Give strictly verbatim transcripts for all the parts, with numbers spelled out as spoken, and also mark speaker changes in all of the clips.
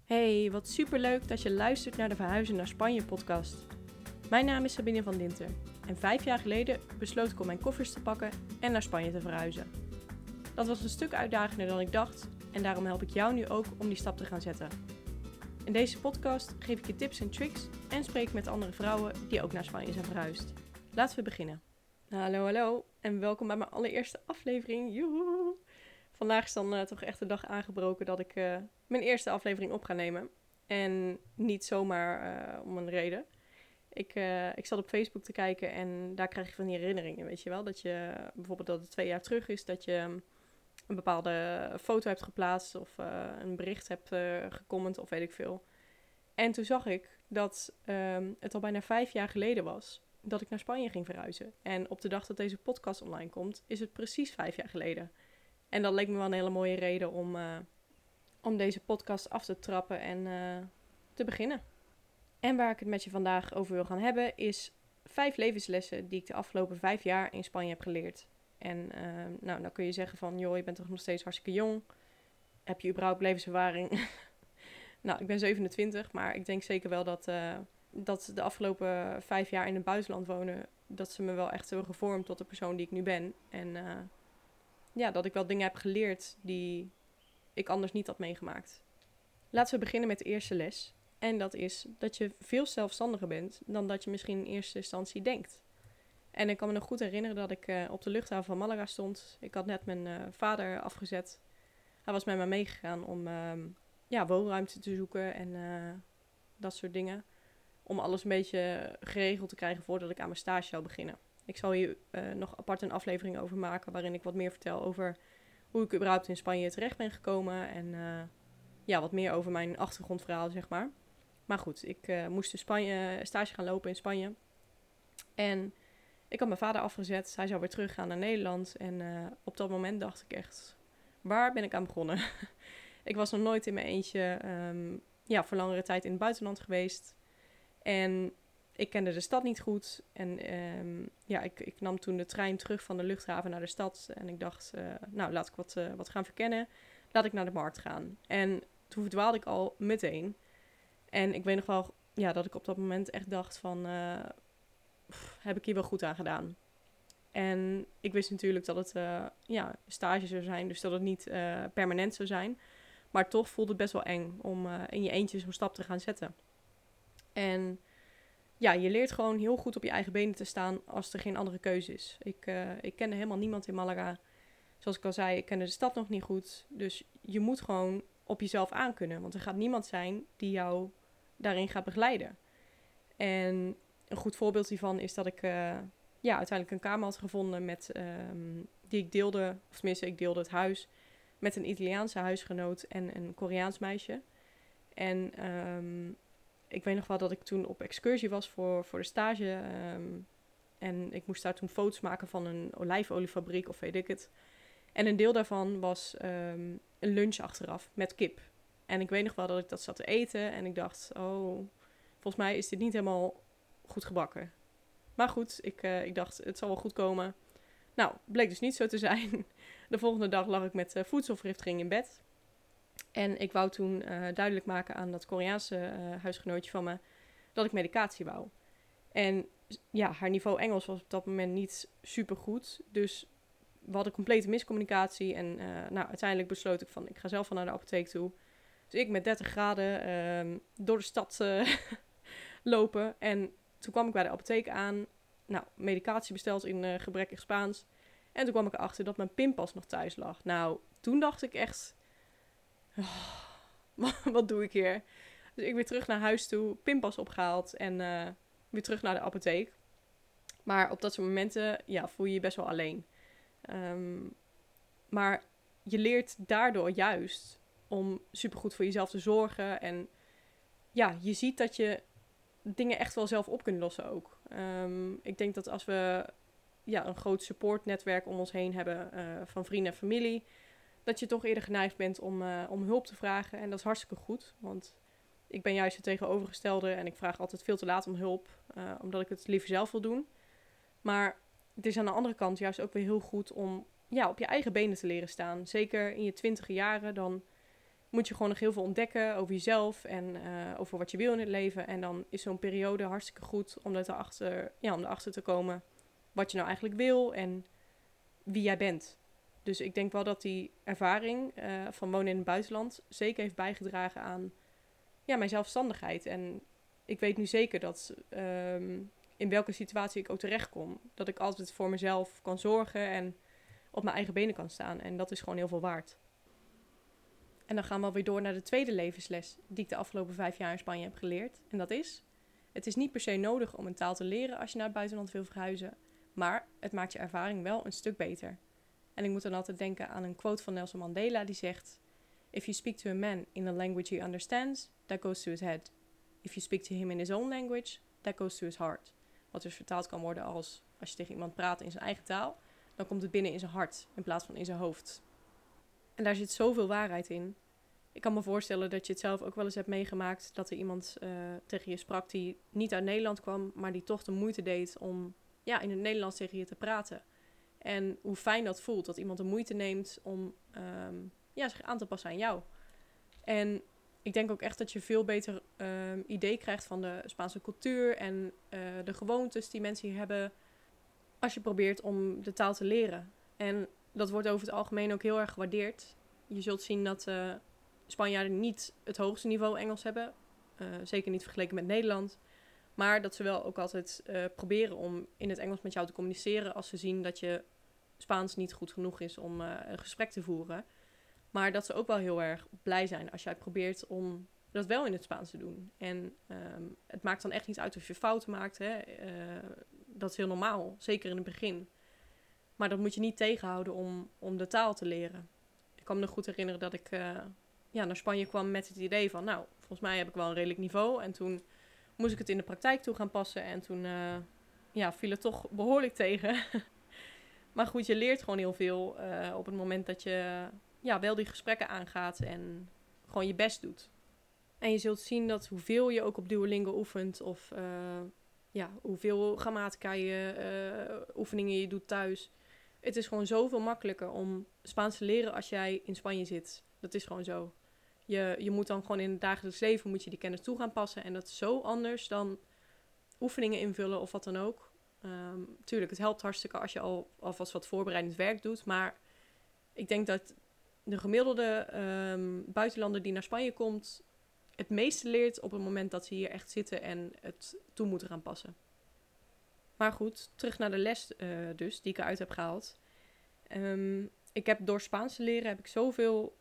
Speaker 1: Hey, wat superleuk dat je luistert naar de Verhuizen naar Spanje podcast. Mijn naam is Sabine van Dinter en vijf jaar geleden besloot ik om mijn koffers te pakken en naar Spanje te verhuizen. Dat was een stuk uitdagender dan ik dacht en daarom help ik jou nu ook om die stap te gaan zetten. In deze podcast geef ik je tips en tricks en spreek ik met andere vrouwen die ook naar Spanje zijn verhuisd. Laten we beginnen. Hallo, hallo en welkom bij mijn allereerste aflevering. Joehoe! Vandaag is dan uh, toch echt de dag aangebroken dat ik uh, mijn eerste aflevering op ga nemen. En niet zomaar uh, om een reden. Ik, uh, ik zat op Facebook te kijken en daar krijg je van die herinneringen, weet je wel. Dat je bijvoorbeeld dat het twee jaar terug is, dat je een bepaalde foto hebt geplaatst of uh, een bericht hebt uh, gecomment of weet ik veel. En toen zag ik dat um, het al bijna vijf jaar geleden was dat ik naar Spanje ging verhuizen. En op de dag dat deze podcast online komt, is het precies vijf jaar geleden. En dat leek me wel een hele mooie reden om, uh, om deze podcast af te trappen en uh, te beginnen. En waar ik het met je vandaag over wil gaan hebben is vijf levenslessen die ik de afgelopen vijf jaar in Spanje heb geleerd. En uh, nou, dan kun je zeggen van, joh, je bent toch nog steeds hartstikke jong. Heb je überhaupt levenservaring? Nou, ik ben zevenentwintig, maar ik denk zeker wel dat, uh, dat de afgelopen vijf jaar in het buitenland wonen, dat ze me wel echt hebben gevormd tot de persoon die ik nu ben. En uh, ja, dat ik wel dingen heb geleerd die ik anders niet had meegemaakt. Laten we beginnen met de eerste les. En dat is dat je veel zelfstandiger bent dan dat je misschien in eerste instantie denkt. En ik kan me nog goed herinneren dat ik uh, op de luchthaven van Malaga stond. Ik had net mijn uh, vader afgezet. Hij was met mij meegegaan om uh, ja, woonruimte te zoeken en uh, dat soort dingen. Om alles een beetje geregeld te krijgen voordat ik aan mijn stage zou beginnen. Ik zal hier uh, nog apart een aflevering over maken waarin ik wat meer vertel over hoe ik überhaupt in Spanje terecht ben gekomen. En uh, ja, wat meer over mijn achtergrondverhaal, zeg maar. Maar goed, ik uh, moest in Spanje stage gaan lopen in Spanje. En ik had mijn vader afgezet. Hij zou weer teruggaan naar Nederland. En uh, op dat moment dacht ik echt, waar ben ik aan begonnen? Ik was nog nooit in mijn eentje um, ja, voor langere tijd in het buitenland geweest. En ik kende de stad niet goed. En um, ja, ik, ik nam toen de trein terug van de luchthaven naar de stad. En ik dacht, uh, nou, laat ik wat, uh, wat gaan verkennen. Laat ik naar de markt gaan. En toen verdwaalde ik al meteen. En ik weet nog wel ja, dat ik op dat moment echt dacht van, uh, pff, heb ik hier wel goed aan gedaan? En ik wist natuurlijk dat het uh, ja, stage zou zijn, dus dat het niet uh, permanent zou zijn. Maar toch voelde het best wel eng om uh, in je eentje zo'n stap te gaan zetten. En ja, je leert gewoon heel goed op je eigen benen te staan als er geen andere keuze is. Ik, uh, ik kende helemaal niemand in Malaga. Zoals ik al zei, ik kende de stad nog niet goed. Dus je moet gewoon op jezelf aankunnen. Want er gaat niemand zijn die jou daarin gaat begeleiden. En een goed voorbeeld hiervan is dat ik uh, ja, uiteindelijk een kamer had gevonden met, um, die ik deelde, of tenminste ik deelde het huis, met een Italiaanse huisgenoot en een Koreaans meisje. En um, ik weet nog wel dat ik toen op excursie was voor, voor de stage. Um, en ik moest daar toen foto's maken van een olijfoliefabriek of weet ik het. En een deel daarvan was um, een lunch achteraf met kip. En ik weet nog wel dat ik dat zat te eten en ik dacht, oh, volgens mij is dit niet helemaal goed gebakken. Maar goed, ik, uh, ik dacht, het zal wel goed komen. Nou, bleek dus niet zo te zijn. De volgende dag lag ik met uh, voedselvergiftiging in bed. En ik wou toen uh, duidelijk maken aan dat Koreaanse uh, huisgenootje van me dat ik medicatie wou. En ja, haar niveau Engels was op dat moment niet super goed. Dus we hadden complete miscommunicatie. En uh, nou, uiteindelijk besloot ik van, ik ga zelf wel naar de apotheek toe. Dus ik met dertig graden uh, door de stad uh, lopen. En toen kwam ik bij de apotheek aan. Nou, medicatie besteld in uh, gebrekkig Spaans. En toen kwam ik erachter dat mijn pinpas nog thuis lag. Nou, toen dacht ik echt, oh, wat doe ik hier? Dus ik weer terug naar huis toe, pinpas opgehaald en uh, weer terug naar de apotheek. Maar op dat soort momenten, ja, voel je je best wel alleen. Um, maar je leert daardoor juist om supergoed voor jezelf te zorgen. En ja, je ziet dat je dingen echt wel zelf op kunt lossen ook. Um, ik denk dat als we ja, een groot supportnetwerk om ons heen hebben uh, van vrienden en familie, dat je toch eerder geneigd bent om, uh, om hulp te vragen. En dat is hartstikke goed, want ik ben juist het tegenovergestelde en ik vraag altijd veel te laat om hulp, uh, omdat ik het liever zelf wil doen. Maar het is aan de andere kant juist ook weer heel goed om ja, op je eigen benen te leren staan. Zeker in je twintige jaren, dan moet je gewoon nog heel veel ontdekken over jezelf en uh, over wat je wil in het leven. En dan is zo'n periode hartstikke goed om, dat erachter, ja, om erachter te komen wat je nou eigenlijk wil en wie jij bent. Dus ik denk wel dat die ervaring uh, van wonen in het buitenland zeker heeft bijgedragen aan ja, mijn zelfstandigheid. En ik weet nu zeker dat um, in welke situatie ik ook terecht kom, dat ik altijd voor mezelf kan zorgen en op mijn eigen benen kan staan. En dat is gewoon heel veel waard. En dan gaan we alweer door naar de tweede levensles die ik de afgelopen vijf jaar in Spanje heb geleerd. En dat is, het is niet per se nodig om een taal te leren als je naar het buitenland wil verhuizen. Maar het maakt je ervaring wel een stuk beter. En ik moet dan altijd denken aan een quote van Nelson Mandela die zegt: If you speak to a man in a language he understands, that goes to his head. If you speak to him in his own language, that goes to his heart. Wat dus vertaald kan worden als, als je tegen iemand praat in zijn eigen taal, dan komt het binnen in zijn hart in plaats van in zijn hoofd. En daar zit zoveel waarheid in. Ik kan me voorstellen dat je het zelf ook wel eens hebt meegemaakt dat er iemand uh, tegen je sprak die niet uit Nederland kwam, maar die toch de moeite deed om ja, in het Nederlands tegen je te praten. En hoe fijn dat voelt, dat iemand de moeite neemt om um, ja, zich aan te passen aan jou. En ik denk ook echt dat je veel beter um, idee krijgt van de Spaanse cultuur en uh, de gewoontes die mensen hier hebben, als je probeert om de taal te leren. En dat wordt over het algemeen ook heel erg gewaardeerd. Je zult zien dat uh, Spanjaarden niet het hoogste niveau Engels hebben. Uh, zeker niet vergeleken met Nederland. Maar dat ze wel ook altijd uh, proberen om in het Engels met jou te communiceren als ze zien dat je Spaans niet goed genoeg is om uh, een gesprek te voeren. Maar dat ze ook wel heel erg blij zijn als jij probeert om dat wel in het Spaans te doen. En um, het maakt dan echt niet uit of je fouten maakt. Hè? Uh, dat is heel normaal, zeker in het begin. Maar dat moet je niet tegenhouden om, om de taal te leren. Ik kan me nog goed herinneren dat ik uh, ja, naar Spanje kwam met het idee van, nou, volgens mij heb ik wel een redelijk niveau. En toen moest ik het in de praktijk toe gaan passen. En toen uh, ja, viel het toch behoorlijk tegen. Maar goed, je leert gewoon heel veel uh, op het moment dat je ja, wel die gesprekken aangaat en gewoon je best doet. En je zult zien dat hoeveel je ook op Duolingo oefent of uh, ja, hoeveel grammatica je, uh, oefeningen je doet thuis. Het is gewoon zoveel makkelijker om Spaans te leren als jij in Spanje zit. Dat is gewoon zo. Je, je moet dan gewoon in het dagelijks leven moet je die kennis toe gaan passen. En dat is zo anders dan oefeningen invullen of wat dan ook. Um, tuurlijk, het helpt hartstikke als je al alvast wat voorbereidend werk doet. Maar ik denk dat de gemiddelde um, buitenlander die naar Spanje komt het meeste leert op het moment dat ze hier echt zitten en het toe moeten gaan passen. Maar goed, terug naar de les uh, dus, die ik eruit heb gehaald. Um, ik heb door Spaans te leren heb ik zoveel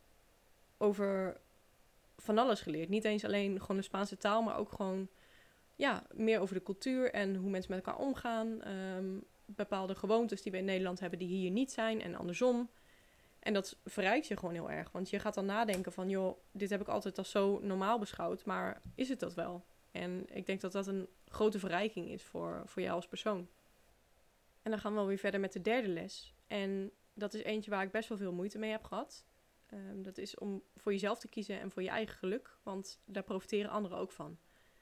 Speaker 1: over van alles geleerd. Niet eens alleen gewoon de Spaanse taal, maar ook gewoon ja, meer over de cultuur en hoe mensen met elkaar omgaan. Um, bepaalde gewoontes die we in Nederland hebben die hier niet zijn en andersom. En dat verrijkt je gewoon heel erg. Want je gaat dan nadenken van, joh, dit heb ik altijd als zo normaal beschouwd, maar is het dat wel? En ik denk dat dat een grote verrijking is voor, voor jou als persoon. En dan gaan we weer verder met de derde les. En dat is eentje waar ik best wel veel moeite mee heb gehad. Um, dat is om voor jezelf te kiezen en voor je eigen geluk. Want daar profiteren anderen ook van.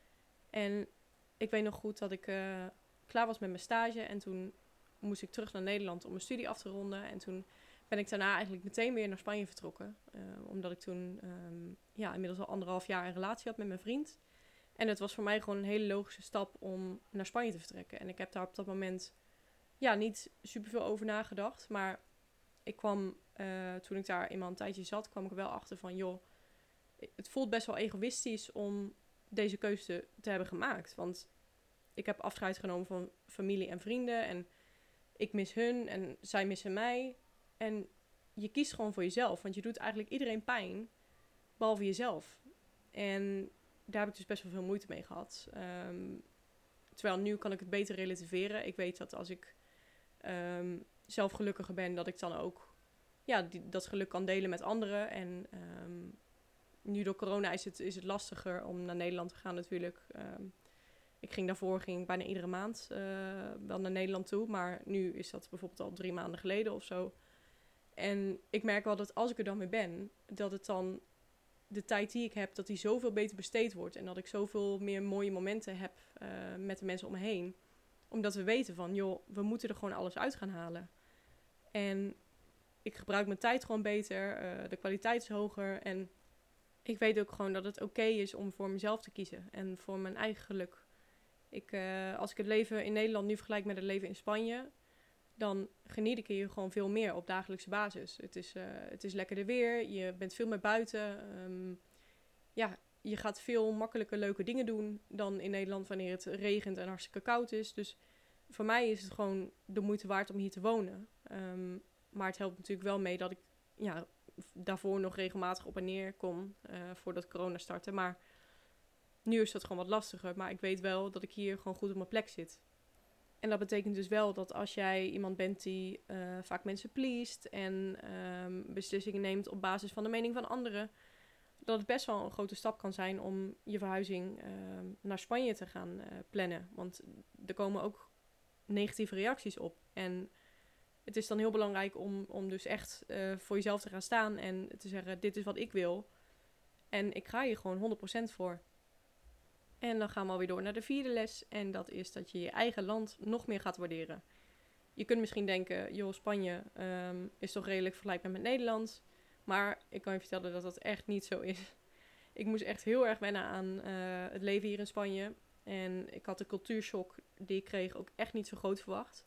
Speaker 1: En ik weet nog goed dat ik uh, klaar was met mijn stage. En toen moest ik terug naar Nederland om mijn studie af te ronden. En toen ben ik daarna eigenlijk meteen weer naar Spanje vertrokken. Uh, omdat ik toen um, ja, inmiddels al anderhalf jaar een relatie had met mijn vriend. En het was voor mij gewoon een hele logische stap om naar Spanje te vertrekken. En ik heb daar op dat moment ja, niet superveel over nagedacht. Maar ik kwam, uh, toen ik daar eenmaal een tijdje zat, kwam ik er wel achter van, joh, het voelt best wel egoïstisch om deze keuze te hebben gemaakt. Want ik heb afscheid genomen van familie en vrienden. En ik mis hun en zij missen mij. En je kiest gewoon voor jezelf. Want je doet eigenlijk iedereen pijn, behalve jezelf. En daar heb ik dus best wel veel moeite mee gehad. Um, terwijl nu kan ik het beter relativeren. Ik weet dat als ik um, zelf gelukkiger ben, dat ik dan ook ja, die, dat geluk kan delen met anderen. En um, nu door corona is het, is het lastiger om naar Nederland te gaan natuurlijk. Um, ik ging daarvoor ging ik bijna iedere maand uh, wel naar Nederland toe. Maar nu is dat bijvoorbeeld al drie maanden geleden of zo. En ik merk wel dat als ik er dan weer ben, dat het dan de tijd die ik heb, dat die zoveel beter besteed wordt. En dat ik zoveel meer mooie momenten heb uh, met de mensen om me heen. Omdat we weten van, joh, we moeten er gewoon alles uit gaan halen. En ik gebruik mijn tijd gewoon beter. Uh, de kwaliteit is hoger. En ik weet ook gewoon dat het oké is om voor mezelf te kiezen. En voor mijn eigen geluk. Ik, uh, als ik het leven in Nederland nu vergelijk met het leven in Spanje, dan geniet ik hier gewoon veel meer op dagelijkse basis. Het is, uh, het is lekkerder weer, je bent veel meer buiten. Um, ja, je gaat veel makkelijker leuke dingen doen dan in Nederland wanneer het regent en hartstikke koud is. Dus voor mij is het gewoon de moeite waard om hier te wonen. Um, maar het helpt natuurlijk wel mee dat ik ja, daarvoor nog regelmatig op en neer kom uh, voordat corona startte. Maar nu is dat gewoon wat lastiger. Maar ik weet wel dat ik hier gewoon goed op mijn plek zit. En dat betekent dus wel dat als jij iemand bent die uh, vaak mensen pleest en um, beslissingen neemt op basis van de mening van anderen, dat het best wel een grote stap kan zijn om je verhuizing uh, naar Spanje te gaan uh, plannen. Want er komen ook negatieve reacties op. En het is dan heel belangrijk om, om dus echt uh, voor jezelf te gaan staan en te zeggen, dit is wat ik wil. En ik ga hier gewoon honderd procent voor. En dan gaan we alweer door naar de vierde les. En dat is dat je je eigen land nog meer gaat waarderen. Je kunt misschien denken, joh, Spanje um, is toch redelijk vergelijkbaar met Nederland. Maar ik kan je vertellen dat dat echt niet zo is. Ik moest echt heel erg wennen aan uh, het leven hier in Spanje. En ik had de cultuurshock die ik kreeg ook echt niet zo groot verwacht.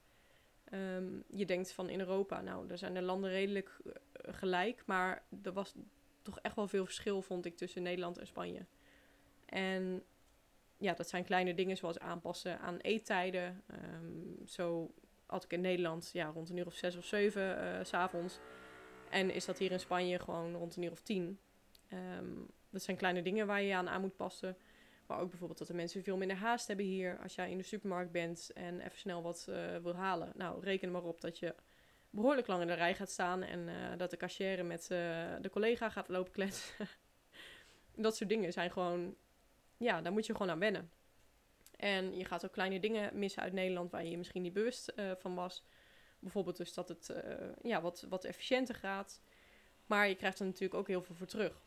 Speaker 1: Um, je denkt van in Europa, nou, daar zijn de landen redelijk uh, gelijk. Maar er was toch echt wel veel verschil, vond ik, tussen Nederland en Spanje. En ja, dat zijn kleine dingen zoals aanpassen aan eettijden. Um, zo had ik in Nederland ja, rond een uur of zes of zeven uh, 's avonds. En is dat hier in Spanje gewoon rond een uur of tien. Um, dat zijn kleine dingen waar je aan aan moet passen. Maar ook bijvoorbeeld dat de mensen veel minder haast hebben hier. Als jij in de supermarkt bent en even snel wat uh, wil halen. Nou, reken er maar op dat je behoorlijk lang in de rij gaat staan. En uh, dat de cashier met uh, de collega gaat lopen kletsen. Dat soort dingen zijn gewoon, ja, daar moet je gewoon aan wennen. En je gaat ook kleine dingen missen uit Nederland waar je je misschien niet bewust uh, van was. Bijvoorbeeld dus dat het uh, ja, wat, wat efficiënter gaat. Maar je krijgt er natuurlijk ook heel veel voor terug.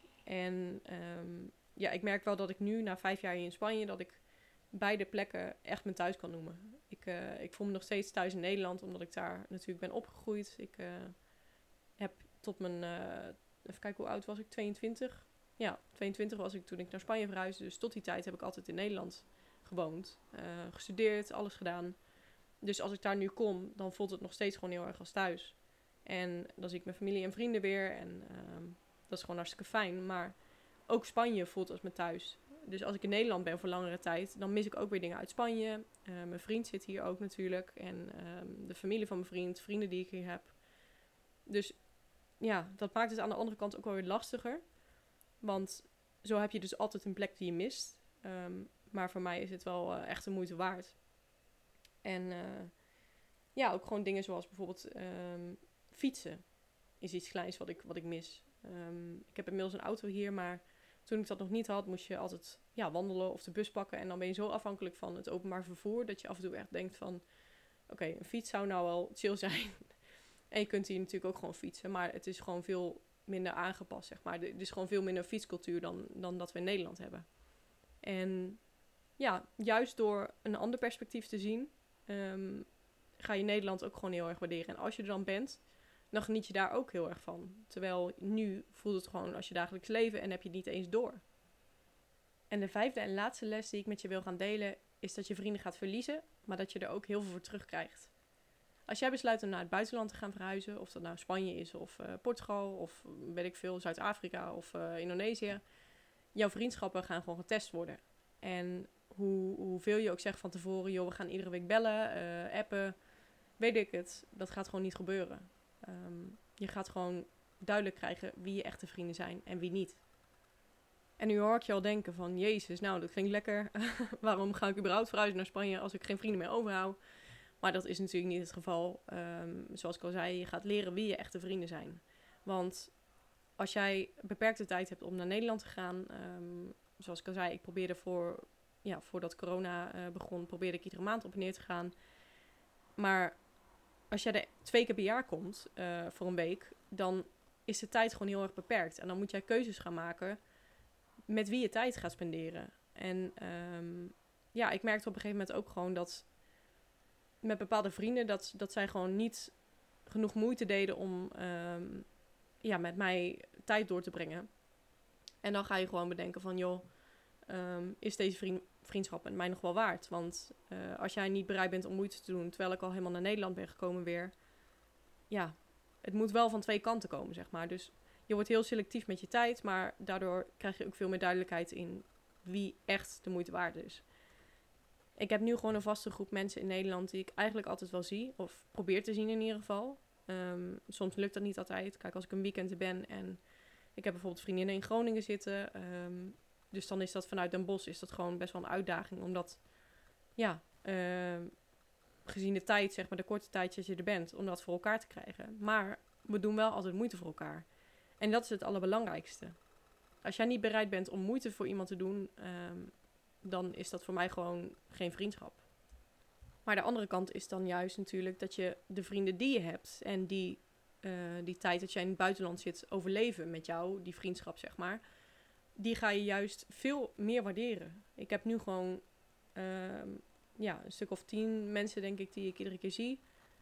Speaker 1: En um, ja, ik merk wel dat ik nu, na vijf jaar hier in Spanje, dat ik beide plekken echt mijn thuis kan noemen. Ik, uh, ik voel me nog steeds thuis in Nederland, omdat ik daar natuurlijk ben opgegroeid. Ik uh, heb tot mijn, uh, even kijken hoe oud was ik, tweeëntwintig. Ja, tweeëntwintig was ik toen ik naar Spanje verhuisde. Dus tot die tijd heb ik altijd in Nederland gewoond. Uh, gestudeerd, alles gedaan. Dus als ik daar nu kom, dan voelt het nog steeds gewoon heel erg als thuis. En dan zie ik mijn familie en vrienden weer. En um, dat is gewoon hartstikke fijn. Maar ook Spanje voelt als mijn thuis. Dus als ik in Nederland ben voor langere tijd, dan mis ik ook weer dingen uit Spanje. Uh, mijn vriend zit hier ook natuurlijk. En um, de familie van mijn vriend, vrienden die ik hier heb. Dus ja, dat maakt het aan de andere kant ook wel weer lastiger. Want zo heb je dus altijd een plek die je mist. Um, maar voor mij is het wel uh, echt de moeite waard. En uh, ja, ook gewoon dingen zoals bijvoorbeeld um, fietsen is iets kleins wat ik, wat ik mis. Um, ik heb inmiddels een auto hier, maar toen ik dat nog niet had, moest je altijd ja, wandelen of de bus pakken. En dan ben je zo afhankelijk van het openbaar vervoer, dat je af en toe echt denkt van, oké, okay, een fiets zou nou wel chill zijn. En je kunt hier natuurlijk ook gewoon fietsen, maar het is gewoon veel minder aangepast, zeg maar. Er is gewoon veel minder fietscultuur dan, dan dat we in Nederland hebben. En ja, juist door een ander perspectief te zien, um, ga je Nederland ook gewoon heel erg waarderen. En als je er dan bent, dan geniet je daar ook heel erg van. Terwijl nu voelt het gewoon als je dagelijks leven en heb je het niet eens door. En de vijfde en laatste les die ik met je wil gaan delen, is dat je vrienden gaat verliezen, maar dat je er ook heel veel voor terugkrijgt. Als jij besluit om naar het buitenland te gaan verhuizen, of dat nou Spanje is, of uh, Portugal, of weet ik veel, Zuid-Afrika of uh, Indonesië, jouw vriendschappen gaan gewoon getest worden. En hoe, hoeveel je ook zegt van tevoren, joh, we gaan iedere week bellen, uh, appen, weet ik het, dat gaat gewoon niet gebeuren. Um, je gaat gewoon duidelijk krijgen wie je echte vrienden zijn en wie niet. En nu hoor ik je al denken van, jezus, nou, dat klinkt lekker. Waarom ga ik überhaupt verhuizen naar Spanje als ik geen vrienden meer overhoud? Maar dat is natuurlijk niet het geval. Um, zoals ik al zei, je gaat leren wie je echte vrienden zijn. Want als jij beperkte tijd hebt om naar Nederland te gaan, um, zoals ik al zei, ik probeerde voor, ja, voordat corona uh, begon, probeerde ik iedere maand op en neer te gaan. Maar als jij er twee keer per jaar komt uh, voor een week, dan is de tijd gewoon heel erg beperkt. En dan moet jij keuzes gaan maken met wie je tijd gaat spenderen. En um, ja, ik merkte op een gegeven moment ook gewoon dat met bepaalde vrienden, dat, dat zij gewoon niet genoeg moeite deden om um, ja, met mij tijd door te brengen. En dan ga je gewoon bedenken van, joh, um, is deze vriend, vriendschap met mij nog wel waard? Want uh, als jij niet bereid bent om moeite te doen, terwijl ik al helemaal naar Nederland ben gekomen weer, ja, het moet wel van twee kanten komen, zeg maar. Dus je wordt heel selectief met je tijd, maar daardoor krijg je ook veel meer duidelijkheid in wie echt de moeite waard is. Ik heb nu gewoon een vaste groep mensen in Nederland die ik eigenlijk altijd wel zie, of probeer te zien in ieder geval. Um, soms lukt dat niet altijd. Kijk, als ik een weekend er ben en ik heb bijvoorbeeld vriendinnen in Groningen zitten, um, dus dan is dat vanuit Den Bosch is dat gewoon best wel een uitdaging, omdat, ja, uh, gezien de tijd, zeg maar, de korte tijd dat je er bent, om dat voor elkaar te krijgen. Maar we doen wel altijd moeite voor elkaar. En dat is het allerbelangrijkste. Als jij niet bereid bent om moeite voor iemand te doen, um, dan is dat voor mij gewoon geen vriendschap. Maar de andere kant is dan juist natuurlijk dat je de vrienden die je hebt en die, uh, die tijd dat jij in het buitenland zit overleven met jou, die vriendschap zeg maar, die ga je juist veel meer waarderen. Ik heb nu gewoon uh, ja, een stuk of tien mensen denk ik die ik iedere keer zie.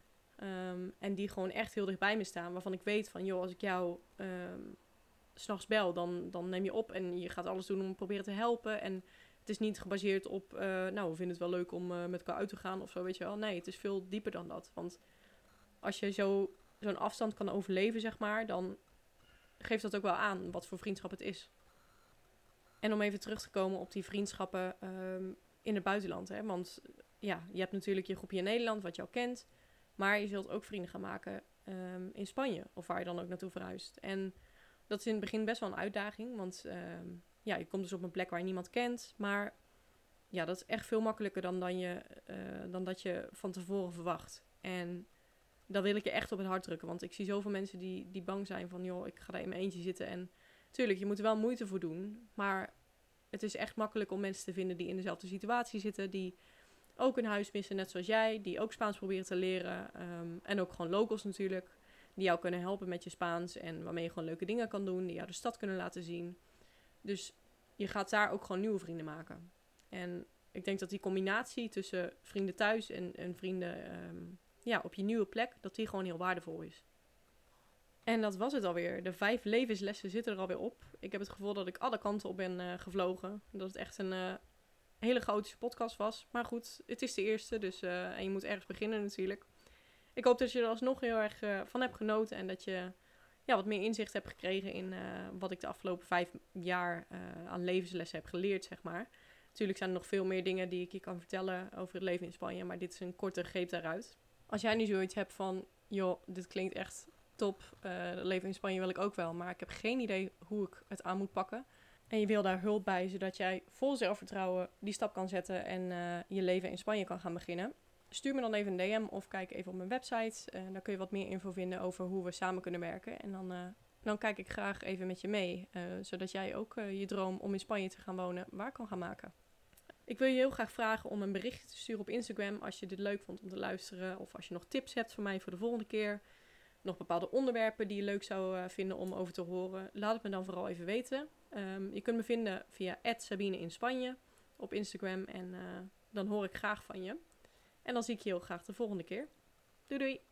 Speaker 1: Um, en die gewoon echt heel dicht bij me staan, waarvan ik weet van, joh, als ik jou um, 's nachts bel, dan, dan neem je op en je gaat alles doen om proberen te helpen. En het is niet gebaseerd op, uh, nou, we vinden het wel leuk om uh, met elkaar uit te gaan of zo, weet je wel. Nee, het is veel dieper dan dat. Want als je zo, zo'n afstand kan overleven, zeg maar, dan geeft dat ook wel aan wat voor vriendschap het is. En om even terug te komen op die vriendschappen um, in het buitenland, hè. Want ja, je hebt natuurlijk je groepje in Nederland, wat je al kent. Maar je zult ook vrienden gaan maken um, in Spanje, of waar je dan ook naartoe verhuist. En dat is in het begin best wel een uitdaging, want um, ja, je komt dus op een plek waar je niemand kent. Maar ja, dat is echt veel makkelijker dan, dan, je, uh, dan dat je van tevoren verwacht. En dat wil ik je echt op het hart drukken, want ik zie zoveel mensen die, die bang zijn van, joh, ik ga daar in mijn eentje zitten. En tuurlijk, je moet er wel moeite voor doen, maar het is echt makkelijk om mensen te vinden die in dezelfde situatie zitten, die ook een huis missen, net zoals jij, die ook Spaans proberen te leren. Um, en ook gewoon locals natuurlijk, die jou kunnen helpen met je Spaans en waarmee je gewoon leuke dingen kan doen, die jou de stad kunnen laten zien. Dus je gaat daar ook gewoon nieuwe vrienden maken. En ik denk dat die combinatie tussen vrienden thuis en, en vrienden um, ja, op je nieuwe plek, dat die gewoon heel waardevol is. En dat was het alweer. De vijf levenslessen zitten er alweer op. Ik heb het gevoel dat ik alle kanten op ben uh, gevlogen. Dat het echt een uh, hele chaotische podcast was. Maar goed, het is de eerste, dus uh, en je moet ergens beginnen natuurlijk. Ik hoop dat je er alsnog heel erg uh, van hebt genoten en dat je ja, wat meer inzicht hebt gekregen in uh, wat ik de afgelopen vijf jaar uh, aan levenslessen heb geleerd, zeg maar. Natuurlijk zijn er nog veel meer dingen die ik je kan vertellen over het leven in Spanje, maar dit is een korte greep daaruit. Als jij nu zoiets hebt van, joh, dit klinkt echt top, uh, het leven in Spanje wil ik ook wel, maar ik heb geen idee hoe ik het aan moet pakken. En je wil daar hulp bij, zodat jij vol zelfvertrouwen die stap kan zetten en uh, je leven in Spanje kan gaan beginnen. Stuur me dan even een D M of kijk even op mijn website. Uh, daar kun je wat meer info vinden over hoe we samen kunnen werken. En dan, uh, dan kijk ik graag even met je mee, uh, zodat jij ook uh, je droom om in Spanje te gaan wonen waar kan gaan maken. Ik wil je heel graag vragen om een berichtje te sturen op Instagram als je dit leuk vond om te luisteren. Of als je nog tips hebt voor mij voor de volgende keer. Nog bepaalde onderwerpen die je leuk zou uh, vinden om over te horen. Laat het me dan vooral even weten. Um, je kunt me vinden via at Sabine in Spanje op Instagram. En uh, dan hoor ik graag van je. En dan zie ik je heel graag de volgende keer. Doei doei!